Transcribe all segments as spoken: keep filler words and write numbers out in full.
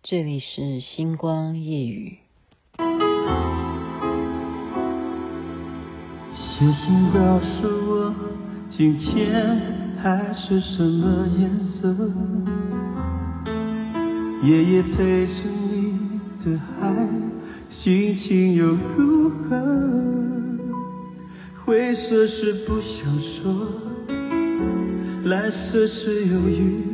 这里是星光夜语。 写信告诉我今天海是什么颜色，夜夜陪着你的海心情又如何，灰色是不想说，蓝色是忧郁，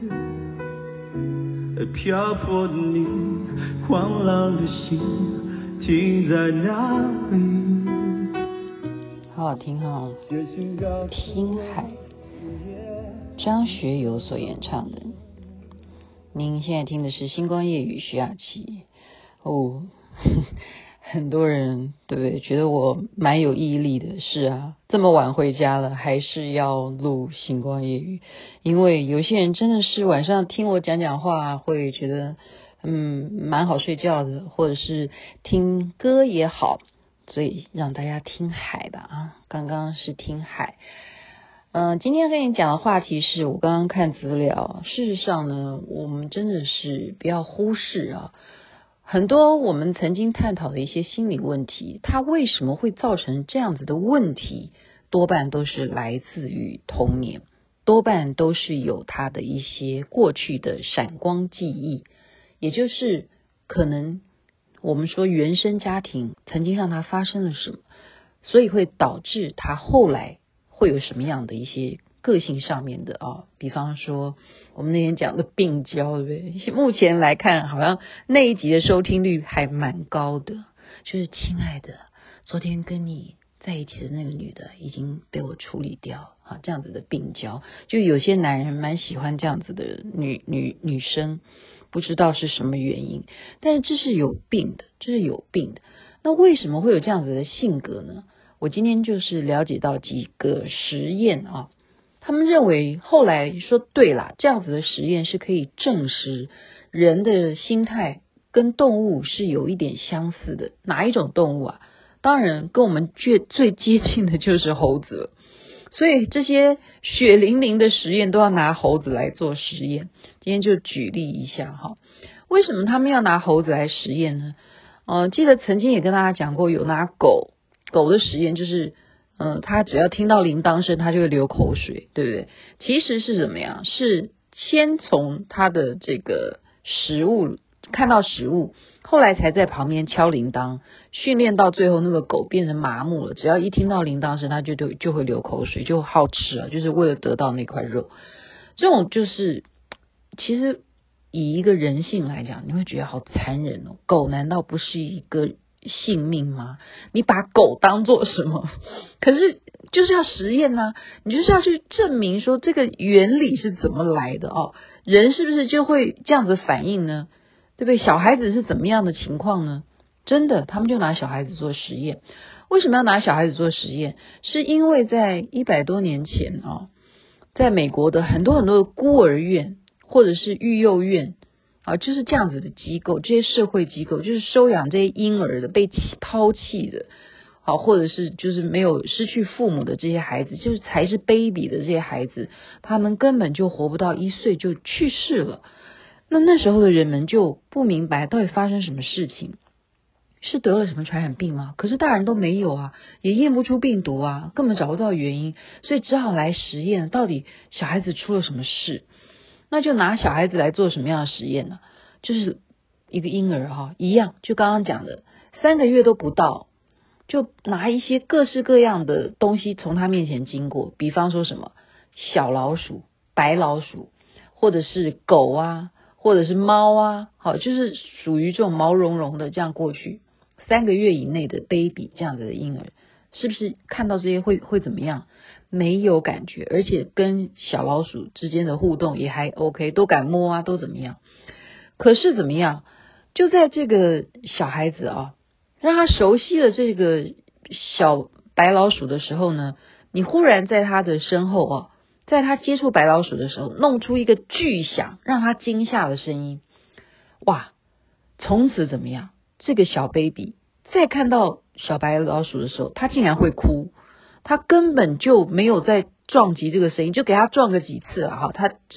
而漂泊的你狂浪的心停在哪里。 好好听哈，听海，张学友所演唱的。您现在听的是星光夜语，徐雅琪。哦，很多人对不对？觉得我蛮有毅力的，是啊，这么晚回家了，还是要录星光夜语。因为有些人真的是晚上听我讲讲话，会觉得嗯蛮好睡觉的，或者是听歌也好。所以让大家听海吧啊！刚刚是听海，嗯、呃，今天跟你讲的话题是我刚刚看资料，事实上呢，我们真的是不要忽视啊，很多我们曾经探讨的一些心理问题，它为什么会造成这样子的问题，多半都是来自于童年，多半都是有它的一些过去的闪光记忆，也就是可能。我们说原生家庭曾经让他发生了什么，所以会导致他后来会有什么样的一些个性上面的啊，比方说我们那天讲的病娇，对不对？目前来看好像那一集的收听率还蛮高的，就是亲爱的，昨天跟你在一起的那个女的已经被我处理掉啊，这样子的病娇，就有些男人蛮喜欢这样子的女女女生。不知道是什么原因，但是这是有病的，这是有病的。那为什么会有这样子的性格呢？我今天就是了解到几个实验啊，他们认为后来说对啦，这样子的实验是可以证实人的心态跟动物是有一点相似的。哪一种动物啊？当然跟我们最最接近的就是猴子了。所以这些血淋淋的实验都要拿猴子来做实验。今天就举例一下哈，为什么他们要拿猴子来实验呢？呃，记得曾经也跟大家讲过，有拿狗狗的实验，就是呃，他只要听到铃铛声，他就会流口水，对不对？其实是怎么样？是先从他的这个食物看到食物。后来才在旁边敲铃铛，训练到最后那个狗变成麻木了，只要一听到铃铛声，它就就就会流口水，就好吃啊，就是为了得到那块肉。这种就是其实以一个人性来讲，你会觉得好残忍哦。狗难道不是一个性命吗？你把狗当做什么？可是就是要实验呢、啊，你就是要去证明说这个原理是怎么来的哦。人是不是就会这样子反应呢？对不对？小孩子是怎么样的情况呢？真的，他们就拿小孩子做实验。为什么要拿小孩子做实验？是因为在一百多年前啊，在美国的很多很多的孤儿院或者是育幼院啊，就是这样子的机构，这些社会机构就是收养这些婴儿的、被抛弃的，好，或者是就是没有失去父母的这些孩子，就是才是 baby 的这些孩子，他们根本就活不到一岁就去世了。那那时候的人们就不明白到底发生什么事情，是得了什么传染病吗？可是大人都没有啊，也验不出病毒啊，根本找不到原因，所以只好来实验，到底小孩子出了什么事。那就拿小孩子来做什么样的实验呢？就是一个婴儿哈，一样，就刚刚讲的，三个月都不到，就拿一些各式各样的东西从他面前经过，比方说什么小老鼠、白老鼠，或者是狗啊，或者是猫啊，好，就是属于这种毛茸茸的这样过去，三个月以内的 baby 这样子的婴儿，是不是看到这些会会怎么样？没有感觉，而且跟小老鼠之间的互动也还 OK， 都敢摸啊，都怎么样？可是怎么样？就在这个小孩子啊，让他熟悉了这个小白老鼠的时候呢，你忽然在他的身后啊，在他接触白老鼠的时候，弄出一个巨响，让他惊吓的声音。哇！从此怎么样？这个小 baby 再看到小白老鼠的时候，他竟然会哭。他根本就没有在撞击这个声音，就给他撞个几次啊！哈，他只要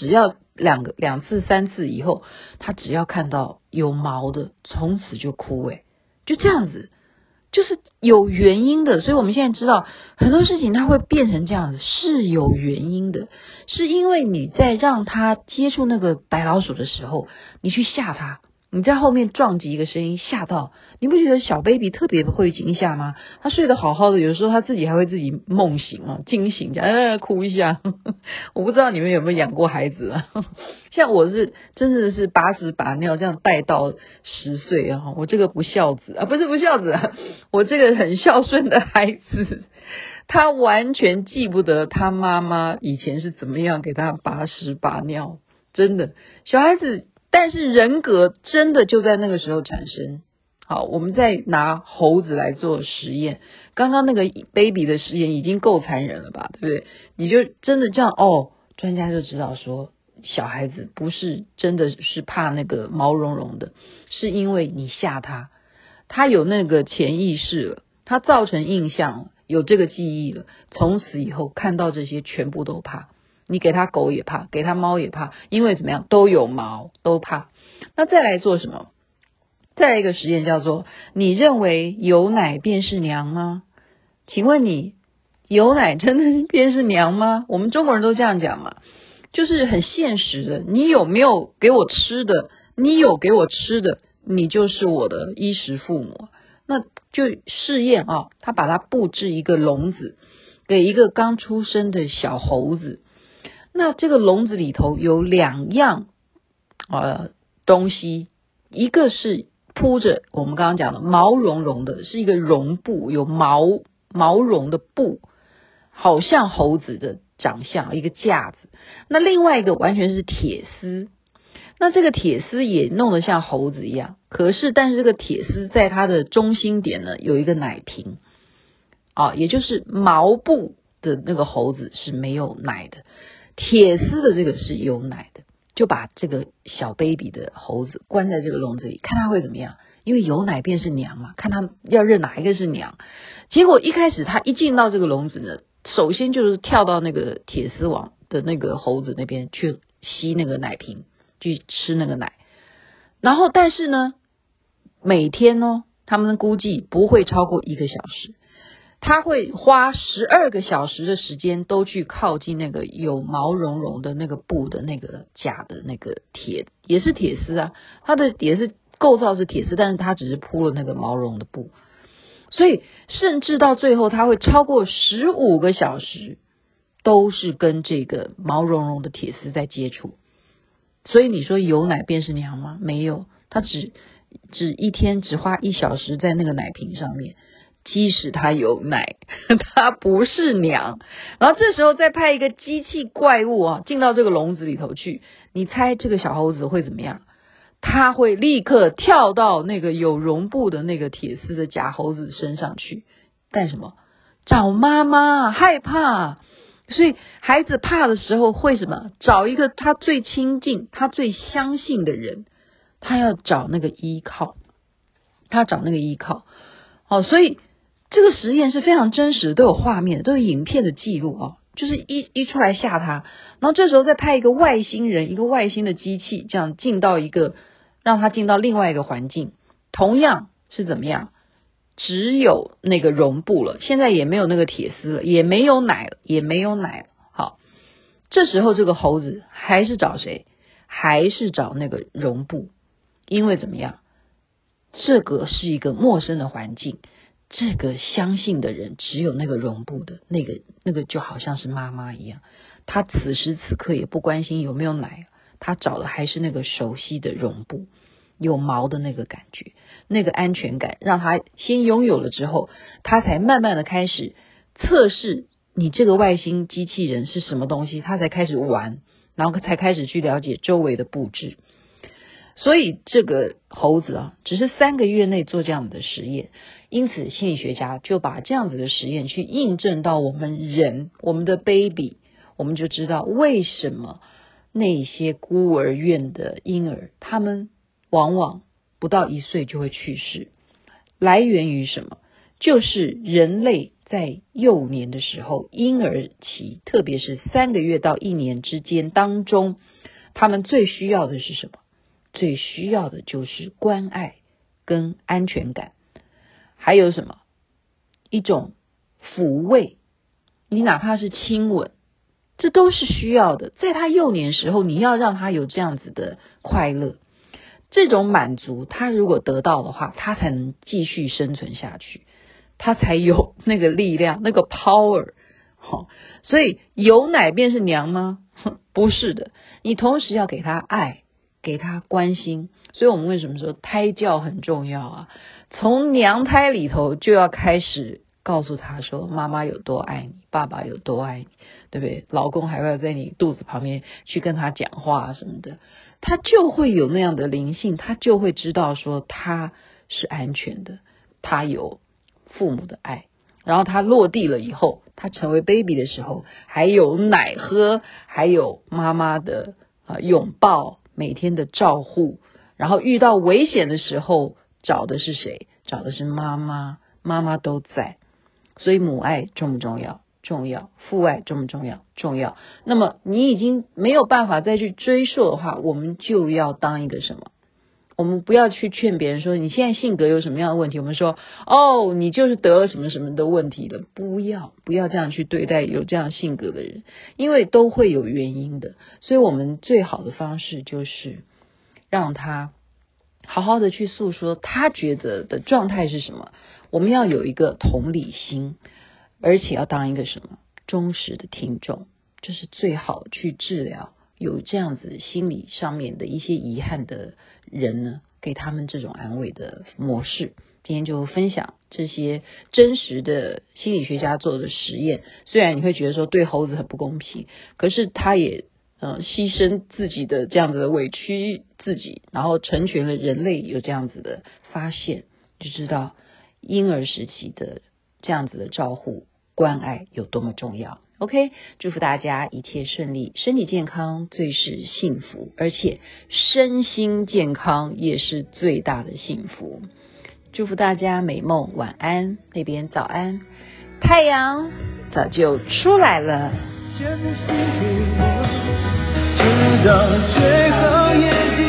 两个两次三次以后，他只要看到有毛的，从此就哭，诶，就这样子，就是有原因的。所以我们现在知道很多事情它会变成这样子是有原因的，是因为你在让他接触那个白老鼠的时候，你去吓他，你在后面撞击一个声音吓到，你不觉得小 baby 特别会惊吓吗？他睡得好好的，有时候他自己还会自己梦醒啊，惊醒，这样、呃、哭一下。我不知道你们有没有养过孩子啊？像我是真的是把屎把尿这样带到十岁啊，我这个不孝子啊，不是不孝子啊，我这个很孝顺的孩子，他完全记不得他妈妈以前是怎么样给他把屎把尿，真的小孩子。但是人格真的就在那个时候产生。好，我们再拿猴子来做实验，刚刚那个 baby 的实验已经够残忍了吧，对不对？你就真的这样哦，专家就知道说小孩子不是真的是怕那个毛茸茸的，是因为你吓他，他有那个潜意识了，他造成印象了，有这个记忆了，从此以后看到这些全部都怕。你给他狗也怕，给他猫也怕，因为怎么样都有毛，都怕。那再来做什么？再来一个实验叫做你认为有奶便是娘吗？请问你有奶真的便是娘吗？我们中国人都这样讲嘛，就是很现实的，你有没有给我吃的，你有给我吃的，你就是我的衣食父母。那就试验啊，他把它布置一个笼子给一个刚出生的小猴子，那这个笼子里头有两样呃东西，一个是铺着我们刚刚讲的毛茸茸的，是一个绒布，有毛毛绒的布，好像猴子的长相，一个架子。那另外一个完全是铁丝，那这个铁丝也弄得像猴子一样，可是但是这个铁丝在它的中心点呢有一个奶瓶啊，也就是毛布的那个猴子是没有奶的，铁丝的这个是有奶的，就把这个小 baby 的猴子关在这个笼子里，看他会怎么样，因为有奶便是娘嘛，看他要认哪一个是娘。结果一开始他一进到这个笼子呢，首先就是跳到那个铁丝网的那个猴子那边去吸那个奶瓶，去吃那个奶。然后但是呢，每天哦，他们估计不会超过一个小时，他会花十二个小时的时间都去靠近那个有毛茸茸的那个布的那个假的那个铁，也是铁丝啊，它的也是构造是铁丝，但是它只是铺了那个毛绒的布，所以甚至到最后他会超过十五个小时都是跟这个毛茸茸的铁丝在接触。所以你说有奶便是娘吗？没有，他只只一天只花一小时在那个奶瓶上面，即使他有奶，他不是娘。然后这时候再派一个机器怪物啊进到这个笼子里头去，你猜这个小猴子会怎么样？他会立刻跳到那个有绒布的那个铁丝的假猴子身上去干什么？找妈妈，害怕。所以孩子怕的时候会什么？找一个他最亲近他最相信的人，他要找那个依靠，他找那个依靠。好，所以这个实验是非常真实的，都有画面，都有影片的记录哦。就是一一出来吓他，然后这时候再派一个外星人，一个外星的机器，这样进到一个让他进到另外一个环境，同样是怎么样？只有那个绒布了，现在也没有那个铁丝了，也没有奶了，也没有奶了。好，这时候这个猴子还是找谁？还是找那个绒布，因为怎么样？这个是一个陌生的环境，这个相信的人只有那个绒布的那个，那个就好像是妈妈一样，他此时此刻也不关心有没有奶，他找的还是那个熟悉的绒布，有毛的那个感觉，那个安全感让他先拥有了之后，他才慢慢的开始测试你这个外星机器人是什么东西，他才开始玩，然后才开始去了解周围的布置。所以这个猴子啊，只是三个月内做这样的实验，因此心理学家就把这样子的实验去印证到我们人，我们的 baby， 我们就知道为什么那些孤儿院的婴儿，他们往往不到一岁就会去世，来源于什么？就是人类在幼年的时候，婴儿期，特别是三个月到一年之间当中， 他们最需要的是什么？最需要的就是关爱跟安全感，还有什么？一种抚慰，你哪怕是亲吻，这都是需要的。在他幼年时候，你要让他有这样子的快乐，这种满足，他如果得到的话，他才能继续生存下去，他才有那个力量，那个 power。好，所以有奶便是娘吗？不是的，你同时要给他爱，给他关心。所以我们为什么说胎教很重要啊？从娘胎里头就要开始告诉他说，妈妈有多爱你，爸爸有多爱你，对不对？老公还要在你肚子旁边去跟他讲话什么的，他就会有那样的灵性，他就会知道说他是安全的，他有父母的爱。然后他落地了以后，他成为 baby 的时候，还有奶喝，还有妈妈的呃拥抱，每天的照护，然后遇到危险的时候找的是谁？找的是妈妈，妈妈都在。所以母爱重不重要？重要。父爱重不重要？重要。那么你已经没有办法再去追溯的话，我们就要当一个什么？我们不要去劝别人说你现在性格有什么样的问题，我们说哦你就是得了什么什么的问题了，不要不要这样去对待有这样性格的人，因为都会有原因的。所以我们最好的方式就是让他好好的去诉说他觉得的状态是什么，我们要有一个同理心，而且要当一个什么忠实的听众，这是最好去治疗有这样子心理上面的一些遗憾的人呢，给他们这种安慰的模式。今天就分享这些真实的心理学家做的实验，虽然你会觉得说对猴子很不公平，可是他也呃牺牲自己的这样子的委屈自己，然后成全了人类有这样子的发现，就知道婴儿时期的这样子的照护关爱有多么重要。OK， 祝福大家一切顺利，身体健康最是幸福，而且身心健康也是最大的幸福。祝福大家美梦，晚安，那边早安，太阳早就出来了。 直到最后也